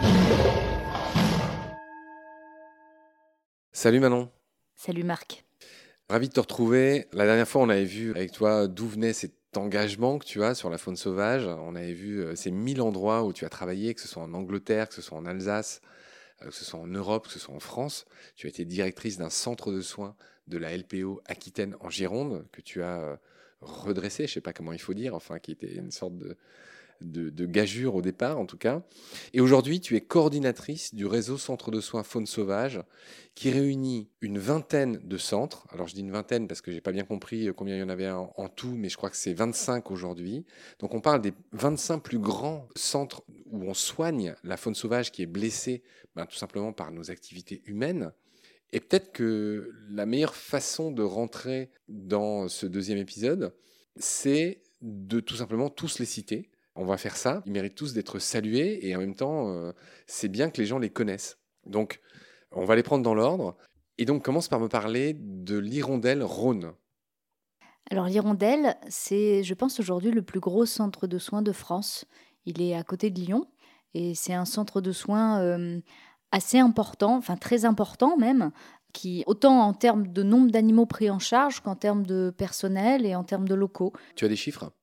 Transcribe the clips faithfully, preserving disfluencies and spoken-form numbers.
Salut Manon. Salut Marc. Ravi de te retrouver. La dernière fois, on avait vu avec toi d'où venait cet engagement que tu as sur la faune sauvage. On avait vu euh, ces mille endroits où tu as travaillé, que ce soit en Angleterre, que ce soit en Alsace, euh, que ce soit en Europe, que ce soit en France. Tu as été directrice d'un centre de soins de la L P O Aquitaine en Gironde, que tu as euh, redressé, je ne sais pas comment il faut dire, enfin qui était une sorte de, de, de gageure au départ en tout cas. Et aujourd'hui, tu es coordinatrice du réseau Centre de soins faune sauvage qui réunit une vingtaine de centres. Alors je dis une vingtaine parce que j'ai pas bien compris combien il y en avait en, en tout, mais je crois que c'est vingt-cinq aujourd'hui. Donc on parle des vingt-cinq plus grands centres où on soigne la faune sauvage qui est blessée ben, tout simplement par nos activités humaines. Et peut-être que la meilleure façon de rentrer dans ce deuxième épisode, c'est de tout simplement tous les citer. On va faire ça, ils méritent tous d'être salués et en même temps, euh, c'est bien que les gens les connaissent. Donc, on va les prendre dans l'ordre. Et donc, commence par me parler de l'Hirondelle Rhône. Alors l'Hirondelle, c'est, je pense, aujourd'hui le plus gros centre de soins de France. Il est à côté de Lyon et c'est un centre de soins euh, assez important, enfin très important même, qui autant en termes de nombre d'animaux pris en charge qu'en termes de personnel et en termes de locaux. Tu as des chiffres?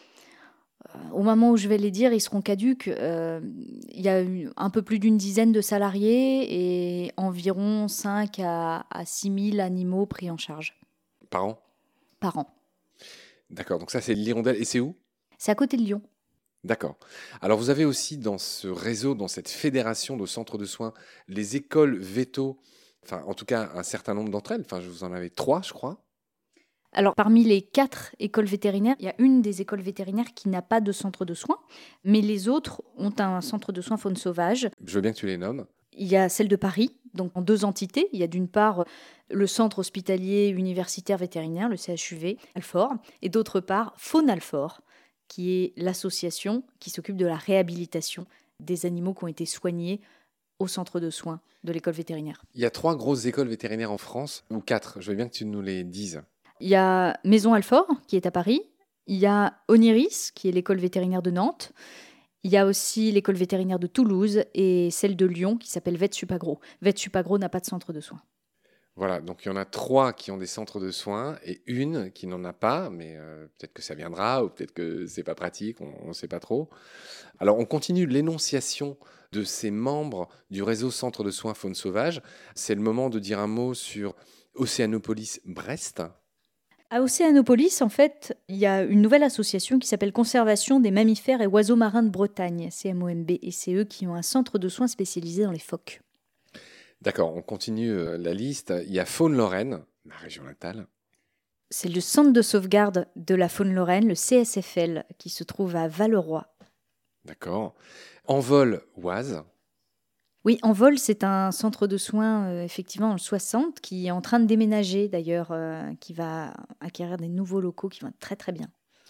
Au moment où je vais les dire, ils seront caducs. Euh, il y a eu un peu plus d'une dizaine de salariés et environ cinq à, à six mille animaux pris en charge Par an? par an. D'accord, donc ça c'est l'Hirondelle. Et c'est où? C'est à côté de Lyon. D'accord. Alors vous avez aussi dans ce réseau, dans cette fédération de centres de soins, les écoles véto, enfin en tout cas un certain nombre d'entre elles, enfin je vous en avais trois je crois. Alors, parmi les quatre écoles vétérinaires, il y a une des écoles vétérinaires qui n'a pas de centre de soins, mais les autres ont un centre de soins faune sauvage. Je veux bien que tu les nommes. Il y a celle de Paris, donc en deux entités. Il y a d'une part le centre hospitalier universitaire vétérinaire, le C H U V, Alfort, et d'autre part Faune Alfort, qui est l'association qui s'occupe de la réhabilitation des animaux qui ont été soignés au centre de soins de l'école vétérinaire. Il y a trois grosses écoles vétérinaires en France, ou quatre, je veux bien que tu nous les dises. Il y a Maison Alfort, qui est à Paris. Il y a Oniris, qui est l'école vétérinaire de Nantes. Il y a aussi l'école vétérinaire de Toulouse et celle de Lyon, qui s'appelle Vetsupagro. Vetsupagro n'a pas de centre de soins. Voilà, donc il y en a trois qui ont des centres de soins et une qui n'en a pas, mais euh, peut-être que ça viendra ou peut-être que c'est pas pratique, on ne sait pas trop. Alors on continue l'énonciation de ces membres du réseau Centre de soins faune sauvage. C'est le moment de dire un mot sur Océanopolis Brest. À Océanopolis, en fait, il y a une nouvelle association qui s'appelle Conservation des mammifères et oiseaux marins de Bretagne, C M O M B, et c'est eux qui ont un centre de soins spécialisé dans les phoques. D'accord, on continue euh, la liste. Il y a Faune-Lorraine, ma région natale. C'est le centre de sauvegarde de la faune lorraine, le C S F L, qui se trouve à Valleroy. D'accord. Envol-Oise. Oui, Envol, c'est un centre de soins, euh, effectivement, dans le soixante, qui est en train de déménager, d'ailleurs, euh, qui va acquérir des nouveaux locaux qui vont être très très bien.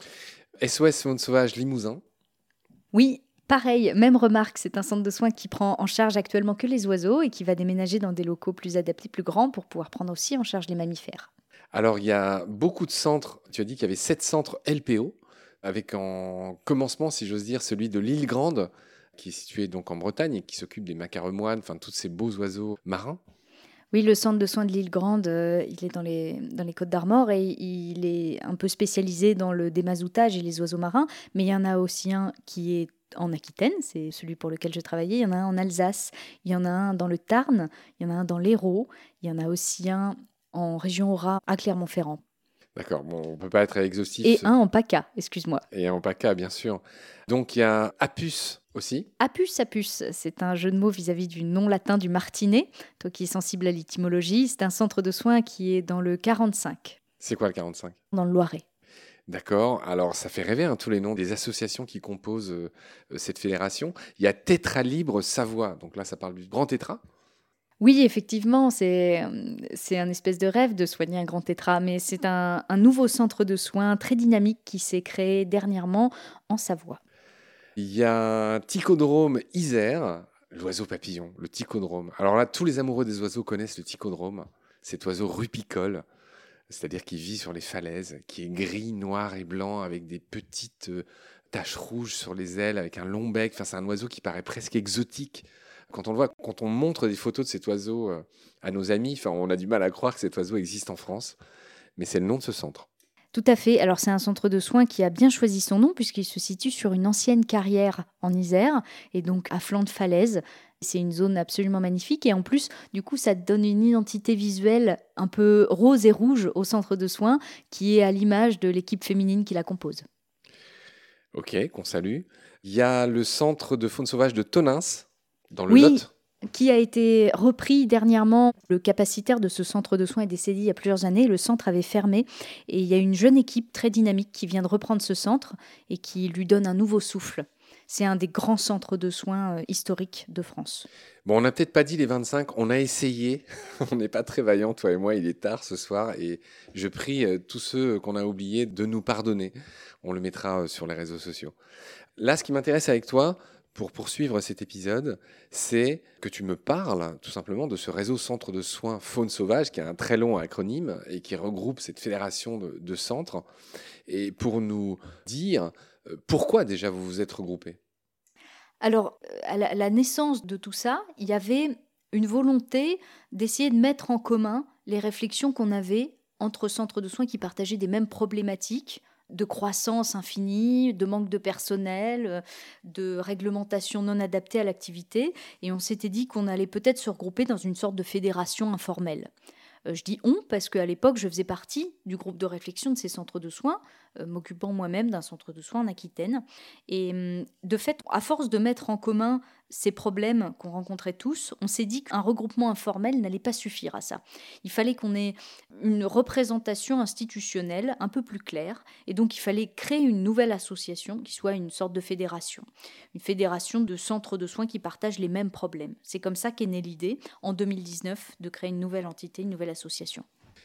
S O S Faune Sauvage Limousin. Oui, pareil, même remarque, c'est un centre de soins qui prend en charge actuellement que les oiseaux et qui va déménager dans des locaux plus adaptés, plus grands, pour pouvoir prendre aussi en charge les mammifères. Alors, il y a beaucoup de centres. Tu as dit qu'il y avait sept centres L P O, avec en commencement, si j'ose dire, celui de l'île Grande, qui est situé donc en Bretagne et qui s'occupe des macaremoines, enfin, tous ces beaux oiseaux marins. Oui, le centre de soins de l'île Grande, euh, il est dans les, dans les Côtes d'Armor et il est un peu spécialisé dans le démazoutage et les oiseaux marins, mais il y en a aussi un qui est en Aquitaine, c'est celui pour lequel je travaillais, il y en a un en Alsace, il y en a un dans le Tarn, il y en a un dans l'Hérault, il y en a aussi un en région Aura, à Clermont-Ferrand. D'accord, bon, on ne peut pas être exhaustif. Et un en PACA, excuse-moi. Et en PACA, bien sûr. Donc, il y a Apus aussi. Apus, apus, c'est un jeu de mots vis-à-vis du nom latin du martinet. Toi qui es sensible à l'étymologie, c'est un centre de soins qui est dans le quarante-cinq. C'est quoi le quarante-cinq? Dans le Loiret. D'accord, alors ça fait rêver hein, tous les noms des associations qui composent euh, cette fédération. Il y a Tétra Libre Savoie, donc là ça parle du grand tétra. Oui, effectivement, c'est, c'est un espèce de rêve de soigner un grand tétra, mais c'est un, un nouveau centre de soins très dynamique qui s'est créé dernièrement en Savoie. Il y a Ticodrome Isère, l'oiseau papillon, le ticodrome. Alors là, tous les amoureux des oiseaux connaissent le ticodrome, cet oiseau rupicole, c'est-à-dire qui vit sur les falaises, qui est gris, noir et blanc avec des petites euh, taches rouges sur les ailes avec un long bec. Enfin, c'est un oiseau qui paraît presque exotique. Quand on le voit, quand on montre des photos de cet oiseau euh, à nos amis, enfin, on a du mal à croire que cet oiseau existe en France. Mais c'est le nom de ce centre. Tout à fait. Alors c'est un centre de soins qui a bien choisi son nom puisqu'il se situe sur une ancienne carrière en Isère et donc à flanc de falaise. C'est une zone absolument magnifique et en plus, du coup, ça donne une identité visuelle un peu rose et rouge au centre de soins qui est à l'image de l'équipe féminine qui la compose. Ok, qu'on salue. Il y a le centre de faune sauvage de Tonins, dans le Oui, Lot. qui a été repris dernièrement. Le capacitaire de ce centre de soins est décédé il y a plusieurs années. Le centre avait fermé et il y a une jeune équipe très dynamique qui vient de reprendre ce centre et qui lui donne un nouveau souffle. C'est un des grands centres de soins euh, historiques de France. Bon, on n'a peut-être pas dit les vingt-cinq, on a essayé. On n'est pas très vaillants, toi et moi, il est tard ce soir et je prie euh, tous ceux qu'on a oubliés de nous pardonner. On le mettra euh, sur les réseaux sociaux. Là, ce qui m'intéresse avec toi, pour poursuivre cet épisode, c'est que tu me parles tout simplement de ce réseau centre de soins faune sauvage, qui a un très long acronyme et qui regroupe cette fédération de, de centres, et pour nous dire euh, pourquoi déjà vous vous êtes regroupés. Alors, euh, à la, la naissance de tout ça, il y avait une volonté d'essayer de mettre en commun les réflexions qu'on avait entre centres de soins qui partageaient des mêmes problématiques de croissance infinie, de manque de personnel, euh, de réglementation non adaptée à l'activité. Et on s'était dit qu'on allait peut-être se regrouper dans une sorte de fédération informelle. Euh, je dis on parce qu'à l'époque, je faisais partie du groupe de réflexion de ces centres de soins, euh, m'occupant moi-même d'un centre de soins en Aquitaine. Et hum, de fait, à force de mettre en commun ces problèmes qu'on rencontrait tous, on s'est dit qu'un regroupement informel n'allait pas suffire à ça. Il fallait qu'on ait une représentation institutionnelle un peu plus claire, et donc il fallait créer une nouvelle association qui soit une sorte de fédération, une fédération de centres de soins qui partagent les mêmes problèmes. C'est comme ça qu'est née l'idée, en deux mille dix-neuf, de créer une nouvelle entité, une nouvelle association.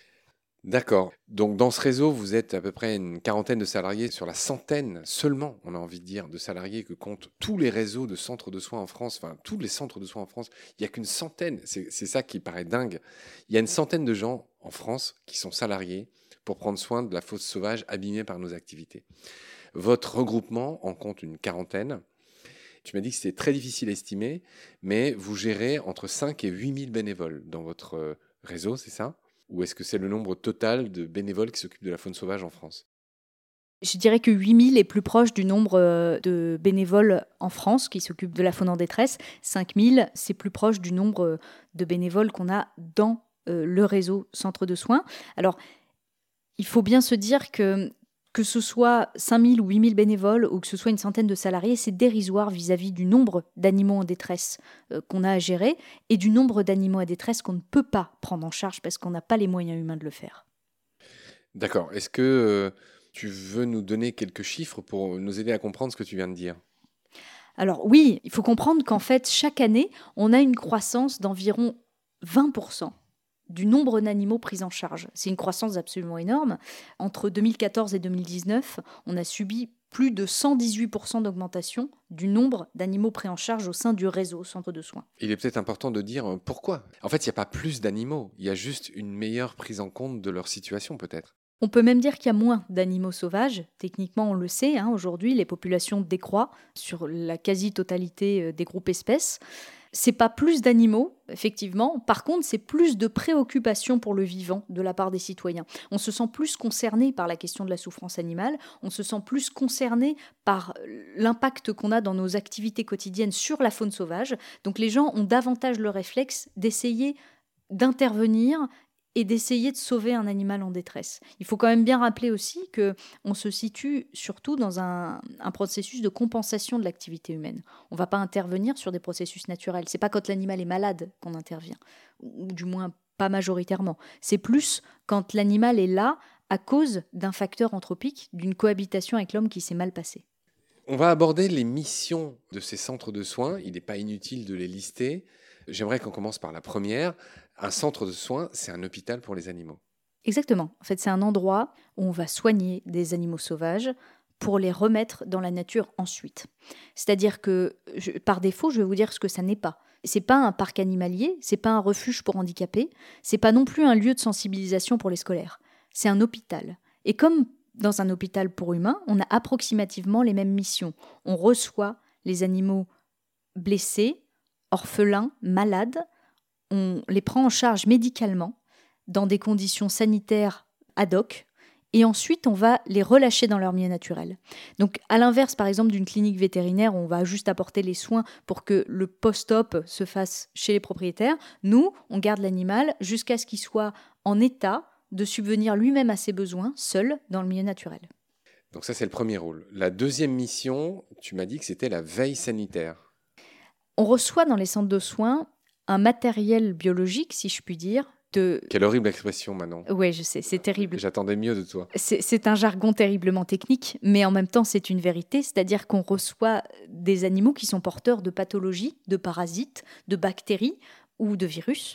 D'accord. Donc dans ce réseau, vous êtes à peu près une quarantaine de salariés sur la centaine seulement, on a envie de dire, de salariés que comptent tous les réseaux de centres de soins en France, enfin tous les centres de soins en France. Il n'y a qu'une centaine, c'est, c'est ça qui paraît dingue. Il y a une centaine de gens en France qui sont salariés pour prendre soin de la faune sauvage abîmée par nos activités. Votre regroupement en compte une quarantaine. Tu m'as dit que c'était très difficile à estimer, mais vous gérez entre cinq et huit mille bénévoles dans votre euh, réseau, c'est ça ? Ou est-ce que c'est le nombre total de bénévoles qui s'occupent de la faune sauvage en France ? Je dirais que huit mille est plus proche du nombre euh, de bénévoles en France qui s'occupent de la faune en détresse. cinq mille, c'est plus proche du nombre euh, de bénévoles qu'on a dans euh, le réseau centre de soins. Alors, il faut bien se dire que que ce soit cinq mille ou huit mille bénévoles ou que ce soit une centaine de salariés, c'est dérisoire vis-à-vis du nombre d'animaux en détresse euh, qu'on a à gérer et du nombre d'animaux en détresse qu'on ne peut pas prendre en charge parce qu'on n'a pas les moyens humains de le faire. D'accord. Est-ce que euh, tu veux nous donner quelques chiffres pour nous aider à comprendre ce que tu viens de dire ? Alors oui, il faut comprendre qu'en fait, chaque année, on a une croissance d'environ vingt pour cent du nombre d'animaux pris en charge. C'est une croissance absolument énorme. Entre deux mille quatorze et deux mille dix-neuf, on a subi plus de cent dix-huit pour cent d'augmentation du nombre d'animaux pris en charge au sein du réseau centre de soins. Il est peut-être important de dire euh, pourquoi. En fait, il n'y a pas plus d'animaux, il y a juste une meilleure prise en compte de leur situation peut-être. On peut même dire qu'il y a moins d'animaux sauvages. Techniquement, on le sait, hein, aujourd'hui, les populations décroît sur la quasi-totalité des groupes espèces. C'est pas plus d'animaux, effectivement. Par contre, c'est plus de préoccupation pour le vivant de la part des citoyens. On se sent plus concerné par la question de la souffrance animale. On se sent plus concerné par l'impact qu'on a dans nos activités quotidiennes sur la faune sauvage. Donc les gens ont davantage le réflexe d'essayer d'intervenir et d'essayer de sauver un animal en détresse. Il faut quand même bien rappeler aussi qu'on se situe surtout dans un, un processus de compensation de l'activité humaine. On ne va pas intervenir sur des processus naturels. Ce n'est pas quand l'animal est malade qu'on intervient, ou du moins pas majoritairement. C'est plus quand l'animal est là à cause d'un facteur anthropique, d'une cohabitation avec l'homme qui s'est mal passée. On va aborder les missions de ces centres de soins. Il n'est pas inutile de les lister. J'aimerais qu'on commence par la première. Un centre de soins, c'est un hôpital pour les animaux. Exactement. En fait, c'est un endroit où on va soigner des animaux sauvages pour les remettre dans la nature ensuite. C'est-à-dire que, je, par défaut, je vais vous dire ce que ça n'est pas. C'est pas un parc animalier, c'est pas un refuge pour handicapés, c'est pas non plus un lieu de sensibilisation pour les scolaires. C'est un hôpital. Et comme dans un hôpital pour humains, on a approximativement les mêmes missions. On reçoit les animaux blessés, orphelins, malades, on les prend en charge médicalement dans des conditions sanitaires ad hoc, et ensuite on va les relâcher dans leur milieu naturel. Donc à l'inverse par exemple d'une clinique vétérinaire où on va juste apporter les soins pour que le post-op se fasse chez les propriétaires, nous on garde l'animal jusqu'à ce qu'il soit en état de subvenir lui-même à ses besoins seul dans le milieu naturel. Donc ça c'est le premier rôle. La deuxième mission, tu m'as dit que c'était la veille sanitaire. On reçoit dans les centres de soins un matériel biologique, si je puis dire, de... Quelle horrible expression maintenant. Oui, je sais, c'est terrible. J'attendais mieux de toi. C'est, c'est un jargon terriblement technique, mais en même temps, c'est une vérité. C'est-à-dire qu'on reçoit des animaux qui sont porteurs de pathologies, de parasites, de bactéries ou de virus.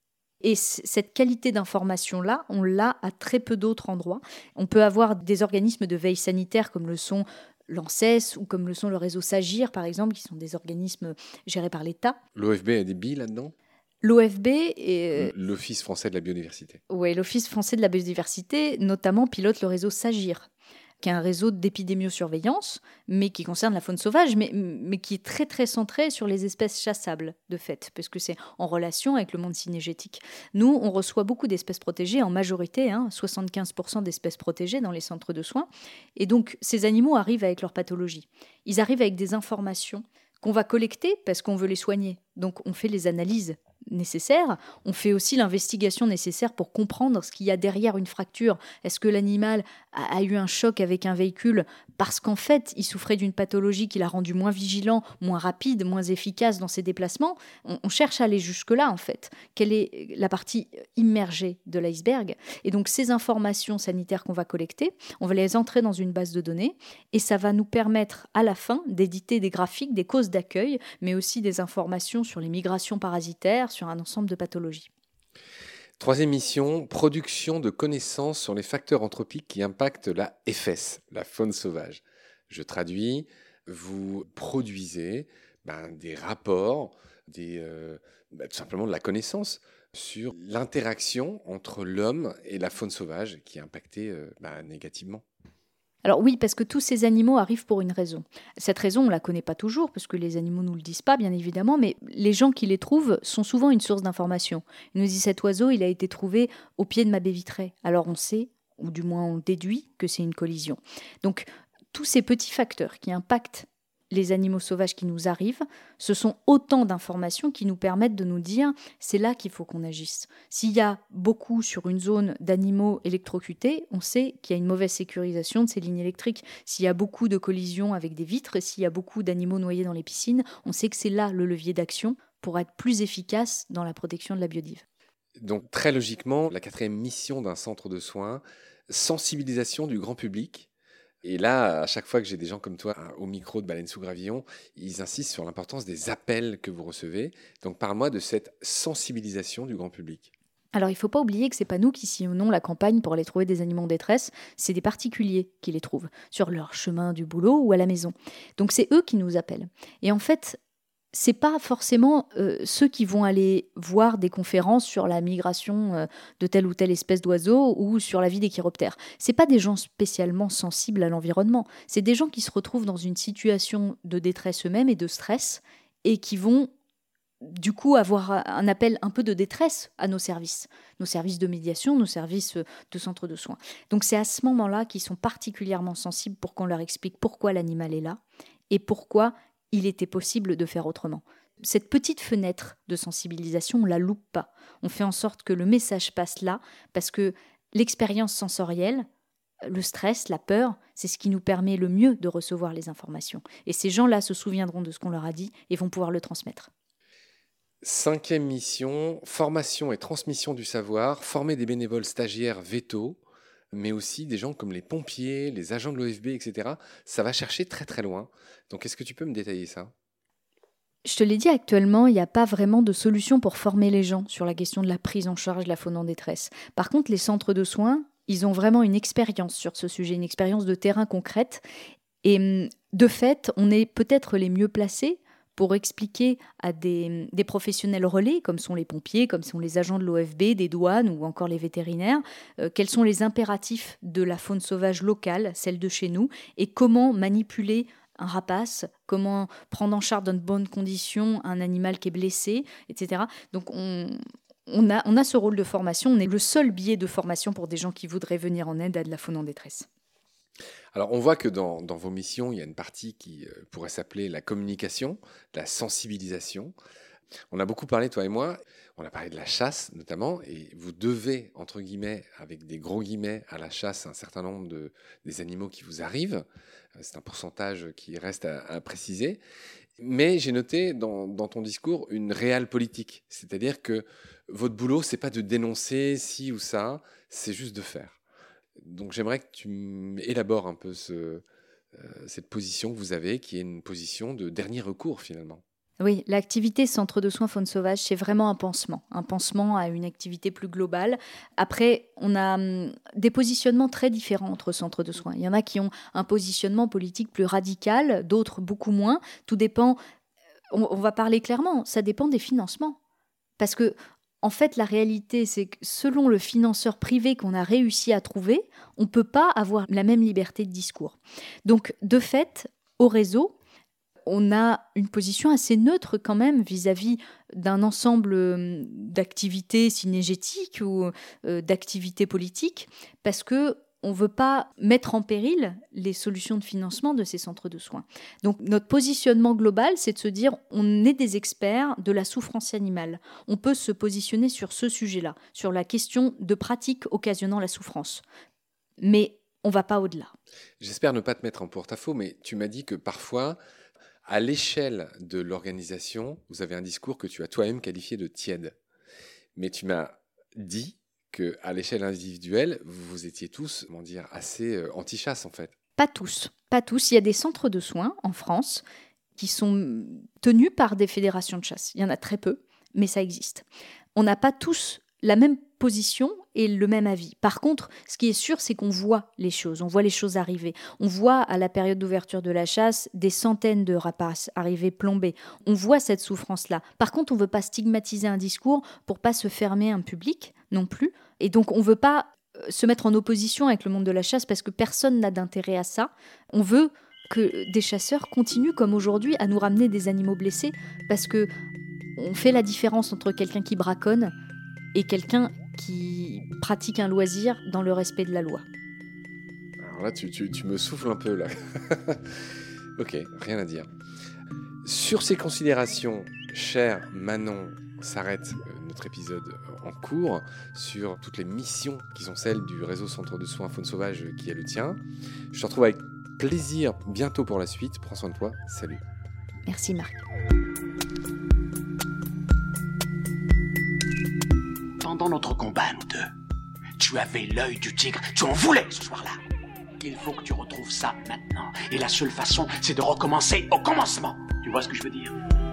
Et c- cette qualité d'information-là, on l'a à très peu d'autres endroits. On peut avoir des organismes de veille sanitaire comme le sont l'ANSES ou comme le sont le réseau SAGIR, par exemple, qui sont des organismes gérés par l'État. L'O F B a des billes là-dedans ? L'O F B et l'Office français de la biodiversité. Oui, l'Office français de la biodiversité, notamment, pilote le réseau SAGIR, qui est un réseau d'épidémiosurveillance, mais qui concerne la faune sauvage, mais, mais qui est très très centré sur les espèces chassables, de fait, parce que c'est en relation avec le monde cynégétique. Nous, on reçoit beaucoup d'espèces protégées, en majorité, hein, soixante-quinze pour cent d'espèces protégées dans les centres de soins, et donc ces animaux arrivent avec leur pathologie. Ils arrivent avec des informations qu'on va collecter parce qu'on veut les soigner. Donc on fait les analyses nécessaires, on fait aussi l'investigation nécessaire pour comprendre ce qu'il y a derrière une fracture. Est-ce que l'animal a, a eu un choc avec un véhicule parce qu'en fait, il souffrait d'une pathologie qui l'a rendu moins vigilant, moins rapide, moins efficace dans ses déplacements? On, on cherche à aller jusque-là, en fait. Quelle est la partie immergée de l'iceberg? Et donc, ces informations sanitaires qu'on va collecter, on va les entrer dans une base de données et ça va nous permettre, à la fin, d'éditer des graphiques, des causes d'accueil, mais aussi des informations sur les migrations parasitaires, sur un ensemble de pathologies. Troisième mission, production de connaissances sur les facteurs anthropiques qui impactent la F S, la faune sauvage. Je traduis, vous produisez ben, des rapports, des, euh, ben, tout simplement de la connaissance sur l'interaction entre l'homme et la faune sauvage qui est impactée euh, ben, négativement. Alors oui, parce que tous ces animaux arrivent pour une raison. Cette raison, on ne la connaît pas toujours, parce que les animaux ne nous le disent pas, bien évidemment, mais les gens qui les trouvent sont souvent une source d'information. Ils nous disent, cet oiseau, il a été trouvé au pied de ma baie vitrée. Alors on sait, ou du moins on déduit, que c'est une collision. Donc tous ces petits facteurs qui impactent les animaux sauvages qui nous arrivent, ce sont autant d'informations qui nous permettent de nous dire c'est là qu'il faut qu'on agisse. S'il y a beaucoup sur une zone d'animaux électrocutés, on sait qu'il y a une mauvaise sécurisation de ces lignes électriques. S'il y a beaucoup de collisions avec des vitres, s'il y a beaucoup d'animaux noyés dans les piscines, on sait que c'est là le levier d'action pour être plus efficace dans la protection de la biodive. Donc très logiquement, la quatrième mission d'un centre de soins, sensibilisation du grand public. Et là, à chaque fois que j'ai des gens comme toi au micro de Baleines sous Gravillon, ils insistent sur l'importance des appels que vous recevez. Donc parle-moi de cette sensibilisation du grand public. Alors il ne faut pas oublier que ce n'est pas nous qui sillonnons la campagne pour aller trouver des animaux en détresse, c'est des particuliers qui les trouvent, sur leur chemin du boulot ou à la maison. Donc c'est eux qui nous appellent. Et en fait, ce n'est pas forcément euh, ceux qui vont aller voir des conférences sur la migration euh, de telle ou telle espèce d'oiseau ou sur la vie des chiroptères. Ce n'est pas des gens spécialement sensibles à l'environnement. C'est des gens qui se retrouvent dans une situation de détresse eux-mêmes et de stress et qui vont du coup avoir un appel un peu de détresse à nos services, nos services de médiation, nos services de centre de soins. Donc c'est à ce moment-là qu'ils sont particulièrement sensibles pour qu'on leur explique pourquoi l'animal est là et pourquoi il était possible de faire autrement. Cette petite fenêtre de sensibilisation, on ne la loupe pas. On fait en sorte que le message passe là, parce que l'expérience sensorielle, le stress, la peur, c'est ce qui nous permet le mieux de recevoir les informations. Et ces gens-là se souviendront de ce qu'on leur a dit et vont pouvoir le transmettre. Cinquième mission, formation et transmission du savoir, former des bénévoles stagiaires vétos, mais aussi des gens comme les pompiers, les agents de l'O F B, et cetera. Ça va chercher très très loin. Donc est-ce que tu peux me détailler ça ? Je te l'ai dit, actuellement, il n'y a pas vraiment de solution pour former les gens sur la question de la prise en charge de la faune en détresse. Par contre, les centres de soins, ils ont vraiment une expérience sur ce sujet, une expérience de terrain concrète. Et de fait, on est peut-être les mieux placés pour expliquer à des, des professionnels relais, comme sont les pompiers, comme sont les agents de l'O F B, des douanes ou encore les vétérinaires, euh, quels sont les impératifs de la faune sauvage locale, celle de chez nous, et comment manipuler un rapace, comment prendre en charge dans de bonnes conditions un animal qui est blessé, et cetera. Donc on... On a, on a ce rôle de formation, on est le seul biais de formation pour des gens qui voudraient venir en aide à de la faune en détresse. Alors, on voit que dans, dans vos missions, il y a une partie qui euh, pourrait s'appeler la communication, la sensibilisation. On a beaucoup parlé, toi et moi, on a parlé de la chasse notamment, et vous devez, entre guillemets, avec des gros guillemets, à la chasse un certain nombre de, des animaux qui vous arrivent. C'est un pourcentage qui reste à, à préciser. Mais j'ai noté dans, dans ton discours une réelle politique, c'est-à-dire que votre boulot, c'est pas de dénoncer ci ou ça, c'est juste de faire. Donc j'aimerais que tu élabores un peu ce, euh, cette position que vous avez, qui est une position de dernier recours finalement. Oui, l'activité centre de soins faune sauvage, c'est vraiment un pansement, un pansement à une activité plus globale. Après, on a hum, des positionnements très différents entre centres de soins. Il y en a qui ont un positionnement politique plus radical, d'autres beaucoup moins. Tout dépend, on, on va parler clairement, ça dépend des financements. Parce que, en fait, la réalité, c'est que selon le financeur privé qu'on a réussi à trouver, on ne peut pas avoir la même liberté de discours. Donc, de fait, au réseau, on a une position assez neutre quand même vis-à-vis d'un ensemble d'activités synégétiques ou euh, d'activités politiques, parce que on ne veut pas mettre en péril les solutions de financement de ces centres de soins. Donc notre positionnement global, c'est de se dire on est des experts de la souffrance animale. On peut se positionner sur ce sujet-là, sur la question de pratiques occasionnant la souffrance. Mais on ne va pas au-delà. J'espère ne pas te mettre en porte-à-faux, mais tu m'as dit que parfois, à l'échelle de l'organisation, vous avez un discours que tu as toi-même qualifié de tiède. Mais tu m'as dit qu'à l'échelle individuelle, vous étiez tous, comment dire, assez euh, anti-chasse en fait. Pas tous, pas tous. Il y a des centres de soins en France qui sont tenus par des fédérations de chasse. Il y en a très peu, mais ça existe. On n'a pas tous la même position et le même avis. Par contre, ce qui est sûr, c'est qu'on voit les choses, on voit les choses arriver. On voit à la période d'ouverture de la chasse des centaines de rapaces arriver plombés. On voit cette souffrance-là. Par contre, on ne veut pas stigmatiser un discours pour pas se fermer un public non plus. Et donc, on ne veut pas se mettre en opposition avec le monde de la chasse parce que personne n'a d'intérêt à ça. On veut que des chasseurs continuent comme aujourd'hui à nous ramener des animaux blessés parce que on fait la différence entre quelqu'un qui braconne et quelqu'un qui pratique un loisir dans le respect de la loi. Alors là, tu, tu, tu me souffles un peu, là. Ok, rien à dire. Sur ces considérations, cher Manon, s'arrête notre épisode en cours sur toutes les missions qui sont celles du réseau Centre de soins faune sauvage qui est le tien. Je te retrouve avec plaisir bientôt pour la suite. Prends soin de toi. Salut. Merci Marc. Pendant notre combat, nous deux, tu avais l'œil du tigre, tu en voulais ce soir-là. Il faut que tu retrouves ça maintenant. Et la seule façon, c'est de recommencer au commencement. Tu vois ce que je veux dire ?